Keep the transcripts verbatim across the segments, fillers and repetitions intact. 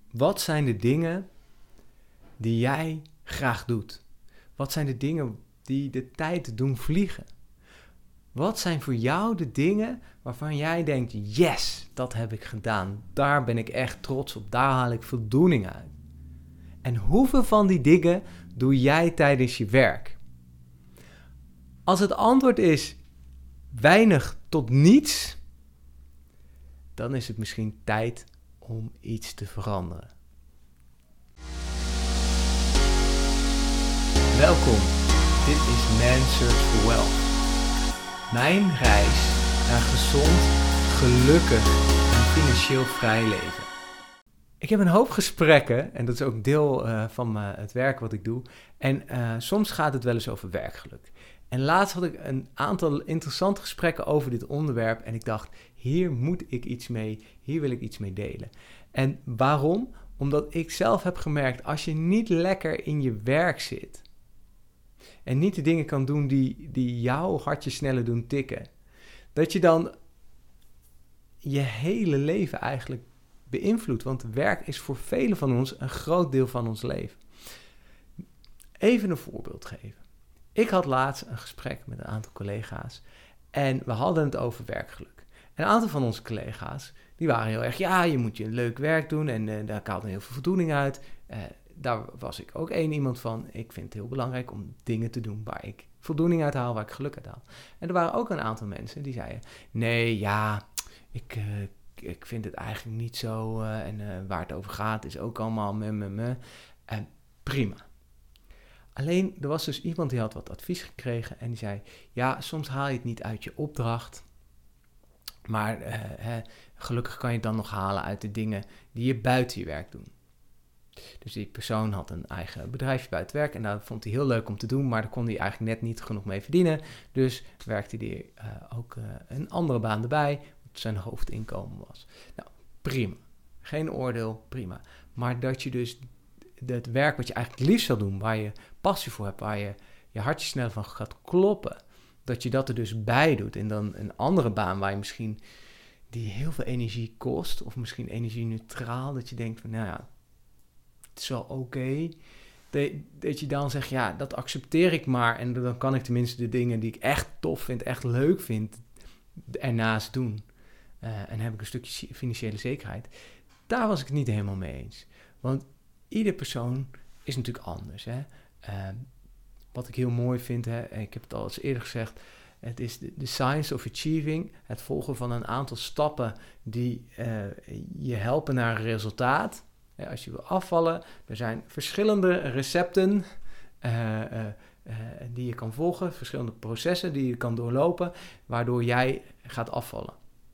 Wat zijn de dingen die jij graag doet? Wat zijn de dingen die de tijd doen vliegen? Wat zijn voor jou de dingen waarvan jij denkt, yes, dat heb ik gedaan. Daar ben ik echt trots op, daar haal ik voldoening uit. En hoeveel van die dingen doe jij tijdens je werk? Als het antwoord is weinig tot niets, dan is het misschien tijd om iets te veranderen. Welkom, dit is Man's Search for Wealth. Mijn reis naar gezond, gelukkig en financieel vrij leven. Ik heb een hoop gesprekken en dat is ook deel uh, van uh, het werk wat ik doe. En uh, soms gaat het wel eens over werkgeluk. En laatst had ik een aantal interessante gesprekken over dit onderwerp en ik dacht, hier moet ik iets mee, hier wil ik iets mee delen. En waarom? Omdat ik zelf heb gemerkt, als je niet lekker in je werk zit en niet de dingen kan doen die, die jouw hartje sneller doen tikken, dat je dan je hele leven eigenlijk beïnvloedt. Want werk is voor velen van ons een groot deel van ons leven. Even een voorbeeld geven. Ik had laatst een gesprek met een aantal collega's en we hadden het over werkgeluk. En een aantal van onze collega's, die waren heel erg, ja, je moet je een leuk werk doen en uh, daar haalt heel veel voldoening uit. Uh, daar was ik ook één iemand van. Ik vind het heel belangrijk om dingen te doen waar ik voldoening uit haal, waar ik geluk uit haal. En er waren ook een aantal mensen die zeiden, nee, ja, ik... Uh, ik vind het eigenlijk niet zo, uh, en uh, waar het over gaat is ook allemaal me, me, me. Uh, prima. Alleen, er was dus iemand die had wat advies gekregen en die zei, ja, soms haal je het niet uit je opdracht, maar uh, hè, gelukkig kan je het dan nog halen uit de dingen die je buiten je werk doet. Dus die persoon had een eigen bedrijfje buiten werk en dat vond hij heel leuk om te doen, maar daar kon hij eigenlijk net niet genoeg mee verdienen. Dus werkte hij uh, ook uh, een andere baan erbij, zijn hoofdinkomen was. Nou, prima. Geen oordeel, prima. Maar dat je dus het werk wat je eigenlijk liefst zou doen, waar je passie voor hebt, waar je je hartje snel van gaat kloppen, dat je dat er dus bij doet en dan een andere baan waar je misschien die heel veel energie kost, of misschien energie-neutraal, dat je denkt van, nou ja, het is wel oké. Okay. Dat, dat je dan zegt, ja, dat accepteer ik maar en dan kan ik tenminste de dingen die ik echt tof vind, echt leuk vind, ernaast doen. Uh, en heb ik een stukje financiële zekerheid. Daar was ik het niet helemaal mee eens. Want ieder persoon is natuurlijk anders. Hè? Uh, wat ik heel mooi vind, hè, en ik heb het al eens eerder gezegd, het is de, de science of achieving, het volgen van een aantal stappen die uh, je helpen naar een resultaat. Ja, als je wil afvallen, er zijn verschillende recepten uh, uh, uh, die je kan volgen, verschillende processen die je kan doorlopen, waardoor jij gaat afvallen.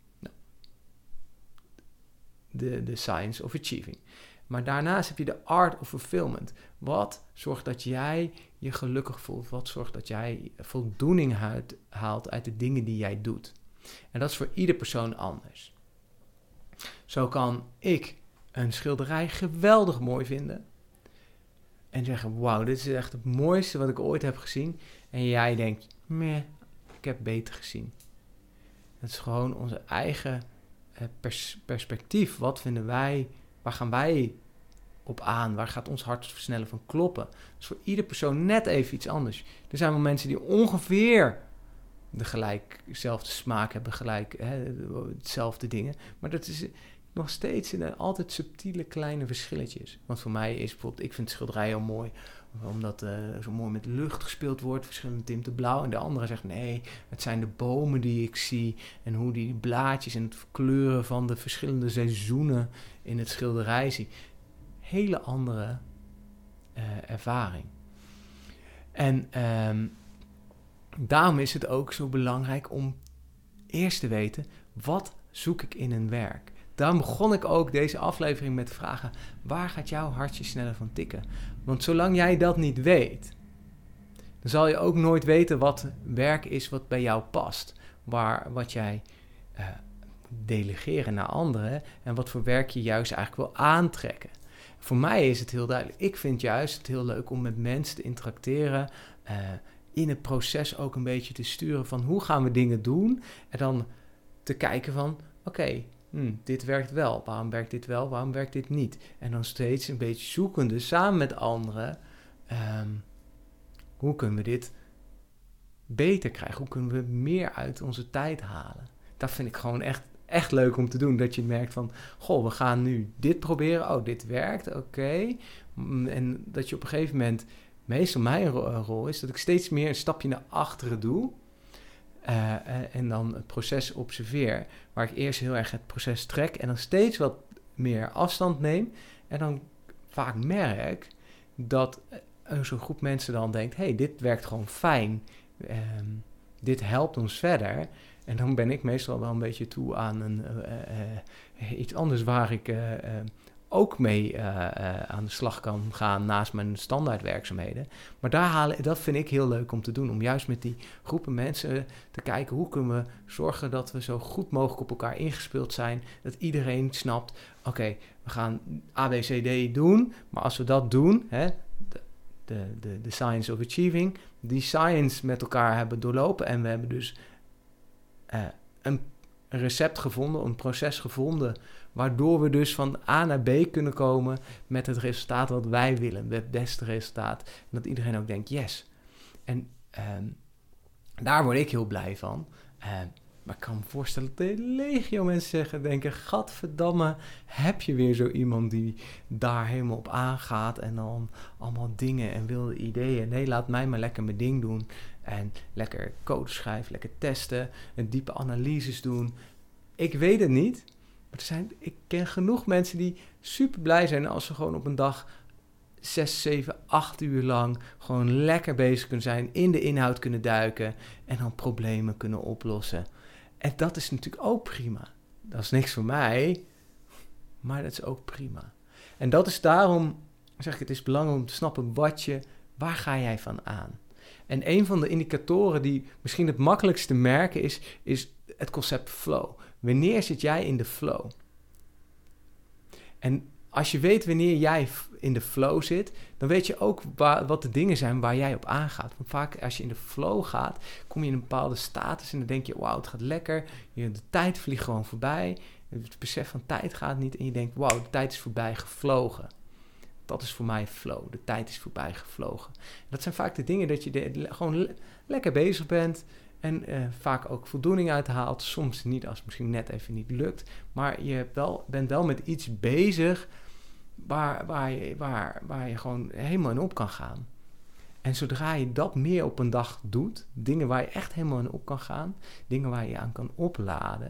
De, de science of achieving. Maar daarnaast heb je de art of fulfillment. Wat zorgt dat jij je gelukkig voelt? Wat zorgt dat jij voldoening uit, haalt uit de dingen die jij doet? En dat is voor ieder persoon anders. Zo kan ik een schilderij geweldig mooi vinden. En zeggen, wauw, dit is echt het mooiste wat ik ooit heb gezien. En jij denkt, meh, ik heb beter gezien. Het is gewoon onze eigen Pers- perspectief. Wat vinden wij, waar gaan wij op aan? Waar gaat ons hart versnellen van kloppen? Dat is voor ieder persoon net even iets anders. Er zijn wel mensen die ongeveer de gelijk, dezelfde smaak hebben, gelijk hè, hetzelfde dingen. Maar dat is nog steeds een, altijd subtiele kleine verschilletjes. Want voor mij is bijvoorbeeld, ik vind schilderij heel mooi, omdat uh, zo mooi met lucht gespeeld wordt, verschillende tinten blauw. En de andere zegt, nee, het zijn de bomen die ik zie en hoe die blaadjes en het kleuren van de verschillende seizoenen in het schilderij zie. Hele andere uh, ervaring. En um, daarom is het ook zo belangrijk om eerst te weten, wat zoek ik in een werk? Daarom begon ik ook deze aflevering met te vragen, waar gaat jouw hartje sneller van tikken? Want zolang jij dat niet weet, dan zal je ook nooit weten wat werk is wat bij jou past. Waar, wat jij uh, delegeren naar anderen en wat voor werk je juist eigenlijk wil aantrekken. Voor mij is het heel duidelijk. Ik vind juist het heel leuk om met mensen te interacteren, uh, in het proces ook een beetje te sturen van hoe gaan we dingen doen en dan te kijken van, oké, okay, hmm, dit werkt wel, waarom werkt dit wel, waarom werkt dit niet? En dan steeds een beetje zoekende, samen met anderen, um, hoe kunnen we dit beter krijgen? Hoe kunnen we meer uit onze tijd halen? Dat vind ik gewoon echt, echt leuk om te doen. Dat je merkt van, goh, we gaan nu dit proberen. Oh, dit werkt, oké. Okay. En dat je op een gegeven moment, meestal mijn ro- rol is dat ik steeds meer een stapje naar achteren doe. Uh, en dan het proces observeer. Waar ik eerst heel erg het proces trek en dan steeds wat meer afstand neem. En dan vaak merk dat uh, zo'n groep mensen dan denkt, hey, dit werkt gewoon fijn. Um, dit helpt ons verder. En dan ben ik meestal wel een beetje toe aan een, uh, uh, iets anders waar ik uh, uh, ook mee uh, uh, aan de slag kan gaan naast mijn standaardwerkzaamheden. Maar daar halen, dat vind ik heel leuk om te doen. Om juist met die groepen mensen te kijken, hoe kunnen we zorgen dat we zo goed mogelijk op elkaar ingespeeld zijn. Dat iedereen snapt, oké, okay, we gaan A, B, C, D doen. Maar als we dat doen, hè, de, de, de, de science of achieving, die science met elkaar hebben doorlopen. En we hebben dus uh, een recept gevonden, een proces gevonden, waardoor we dus van A naar B kunnen komen met het resultaat wat wij willen, het beste resultaat. En dat iedereen ook denkt, yes. En um, daar word ik heel blij van. Uh, maar ik kan me voorstellen dat de legio mensen zeggen, denken, gadverdamme, heb je weer zo iemand die daar helemaal op aangaat en dan allemaal dingen en wilde ideeën. Nee, laat mij maar lekker mijn ding doen en lekker code schrijven, lekker testen en diepe analyses doen. Ik weet het niet. Er zijn, ik ken genoeg mensen die super blij zijn als ze gewoon op een dag zes, zeven, acht uur lang gewoon lekker bezig kunnen zijn, in de inhoud kunnen duiken en dan problemen kunnen oplossen. En dat is natuurlijk ook prima. Dat is niks voor mij, maar dat is ook prima. En dat is daarom, zeg ik, het is belangrijk om te snappen wat je, waar ga jij van aan? En een van de indicatoren die misschien het makkelijkst te merken is, is het concept flow. Wanneer zit jij in de flow? En als je weet wanneer jij in de flow zit, dan weet je ook waar, wat de dingen zijn waar jij op aangaat. Want vaak als je in de flow gaat, kom je in een bepaalde status en dan denk je, wauw, het gaat lekker. Je, de tijd vliegt gewoon voorbij. Het besef van tijd gaat niet en je denkt, wauw, de tijd is voorbij gevlogen. Dat is voor mij flow. De tijd is voorbij gevlogen. En dat zijn vaak de dingen dat je de, gewoon le- lekker bezig bent. En uh, vaak ook voldoening uithaalt. Soms niet, als het misschien net even niet lukt. Maar je hebt wel, bent wel met iets bezig waar, waar, je, waar, waar je gewoon helemaal in op kan gaan. En zodra je dat meer op een dag doet, dingen waar je echt helemaal in op kan gaan, dingen waar je aan kan opladen,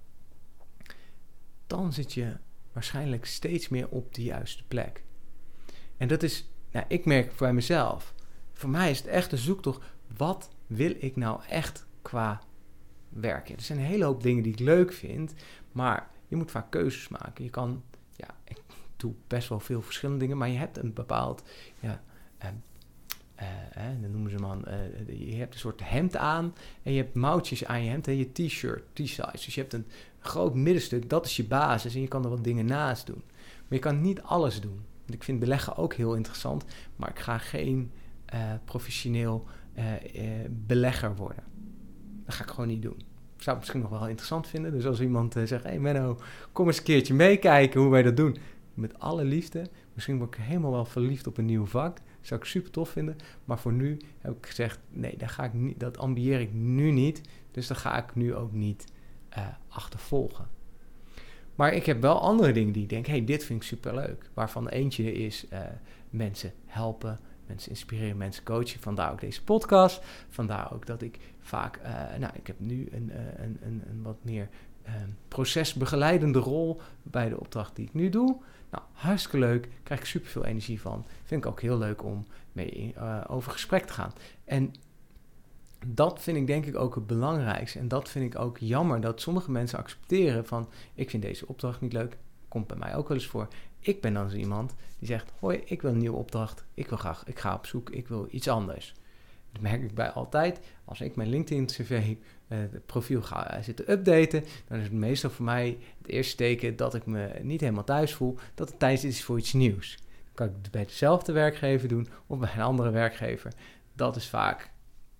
dan zit je waarschijnlijk steeds meer op de juiste plek. En dat is, nou, ik merk bij mezelf, voor mij is het echt een zoektocht, wat wil ik nou echt qua werken? Er zijn een hele hoop dingen die ik leuk vind, maar je moet vaak keuzes maken. Je kan, ja, ik doe best wel veel verschillende dingen, maar je hebt een bepaald, ja, uh, uh, uh, dan noemen ze man, uh, je hebt een soort hemd aan en je hebt mouwtjes aan je hemd en je t-shirt, t-size. Dus je hebt een groot middenstuk, dat is je basis en je kan er wat dingen naast doen. Maar je kan niet alles doen. Ik vind beleggen ook heel interessant, maar ik ga geen uh, professioneel uh, uh, belegger worden. Dat ga ik gewoon niet doen. Ik zou het misschien nog wel interessant vinden. Dus als iemand uh, zegt, hey Menno, kom eens een keertje meekijken hoe wij dat doen. Met alle liefde. Misschien word ik helemaal wel verliefd op een nieuw vak. Dat zou ik super tof vinden. Maar voor nu heb ik gezegd, nee, dat, ga ik niet, dat ambieer ik nu niet. Dus dat ga ik nu ook niet uh, achtervolgen. Maar ik heb wel andere dingen die ik denk, hey, dit vind ik superleuk. Waarvan eentje is uh, mensen helpen, mensen inspireren, mensen coachen. Vandaar ook deze podcast. Vandaar ook dat ik vaak, uh, nou, ik heb nu een, uh, een, een, een wat meer uh, procesbegeleidende rol bij de opdracht die ik nu doe. Nou, hartstikke leuk. Daar krijg ik superveel energie van. Vind ik ook heel leuk om mee uh, over gesprek te gaan. En dat vind ik denk ik ook het belangrijkste. En dat vind ik ook jammer dat sommige mensen accepteren van, ik vind deze opdracht niet leuk. Komt bij mij ook wel eens voor. Ik ben dan zo iemand die zegt, hoi, ik wil een nieuwe opdracht. Ik wil graag, ik ga op zoek, ik wil iets anders. Dat merk ik bij altijd. Als ik mijn LinkedIn-cv uh, profiel ga uh, zitten updaten, dan is het meestal voor mij het eerste teken dat ik me niet helemaal thuis voel, dat het tijd is voor iets nieuws. Dan kan ik het bij dezelfde werkgever doen of bij een andere werkgever. Dat is vaak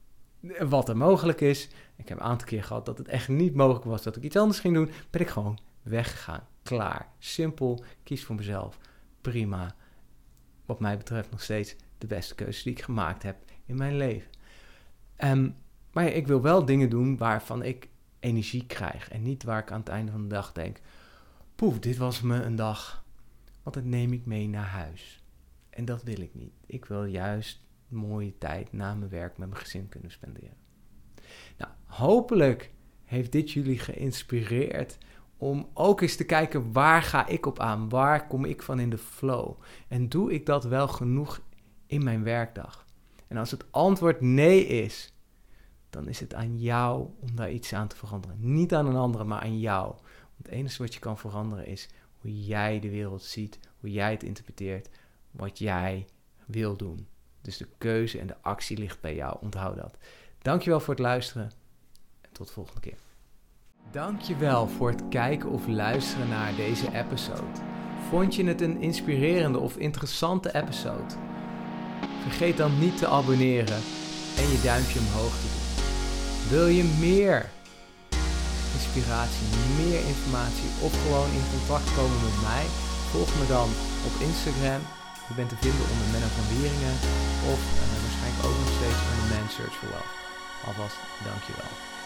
wat er mogelijk is. Ik heb een aantal keer gehad dat het echt niet mogelijk was dat ik iets anders ging doen. Ben ik gewoon weggegaan. Klaar. Simpel. Kies voor mezelf. Prima. Wat mij betreft nog steeds de beste keuze die ik gemaakt heb in mijn leven. Um, maar ja, ik wil wel dingen doen waarvan ik energie krijg. En niet waar ik aan het einde van de dag denk, poef, dit was me een dag. Want dat neem ik mee naar huis. En dat wil ik niet. Ik wil juist mooie tijd na mijn werk met mijn gezin kunnen spenderen. Nou, hopelijk heeft dit jullie geïnspireerd om ook eens te kijken, waar ga ik op aan? Waar kom ik van in de flow? En doe ik dat wel genoeg in mijn werkdag? En als het antwoord nee is, dan is het aan jou om daar iets aan te veranderen. Niet aan een andere, maar aan jou. Want het enige wat je kan veranderen is hoe jij de wereld ziet, hoe jij het interpreteert, wat jij wil doen. Dus de keuze en de actie ligt bij jou. Onthoud dat. Dankjewel voor het luisteren en tot de volgende keer. Dankjewel voor het kijken of luisteren naar deze episode. Vond je het een inspirerende of interessante episode? Vergeet dan niet te abonneren en je duimpje omhoog te doen. Wil je meer inspiratie, meer informatie of gewoon in contact komen met mij? Volg me dan op Instagram. Je bent te vinden onder Menno van Wieringen of uh, waarschijnlijk ook nog steeds onder Man Search for Wealth. Alvast dankjewel.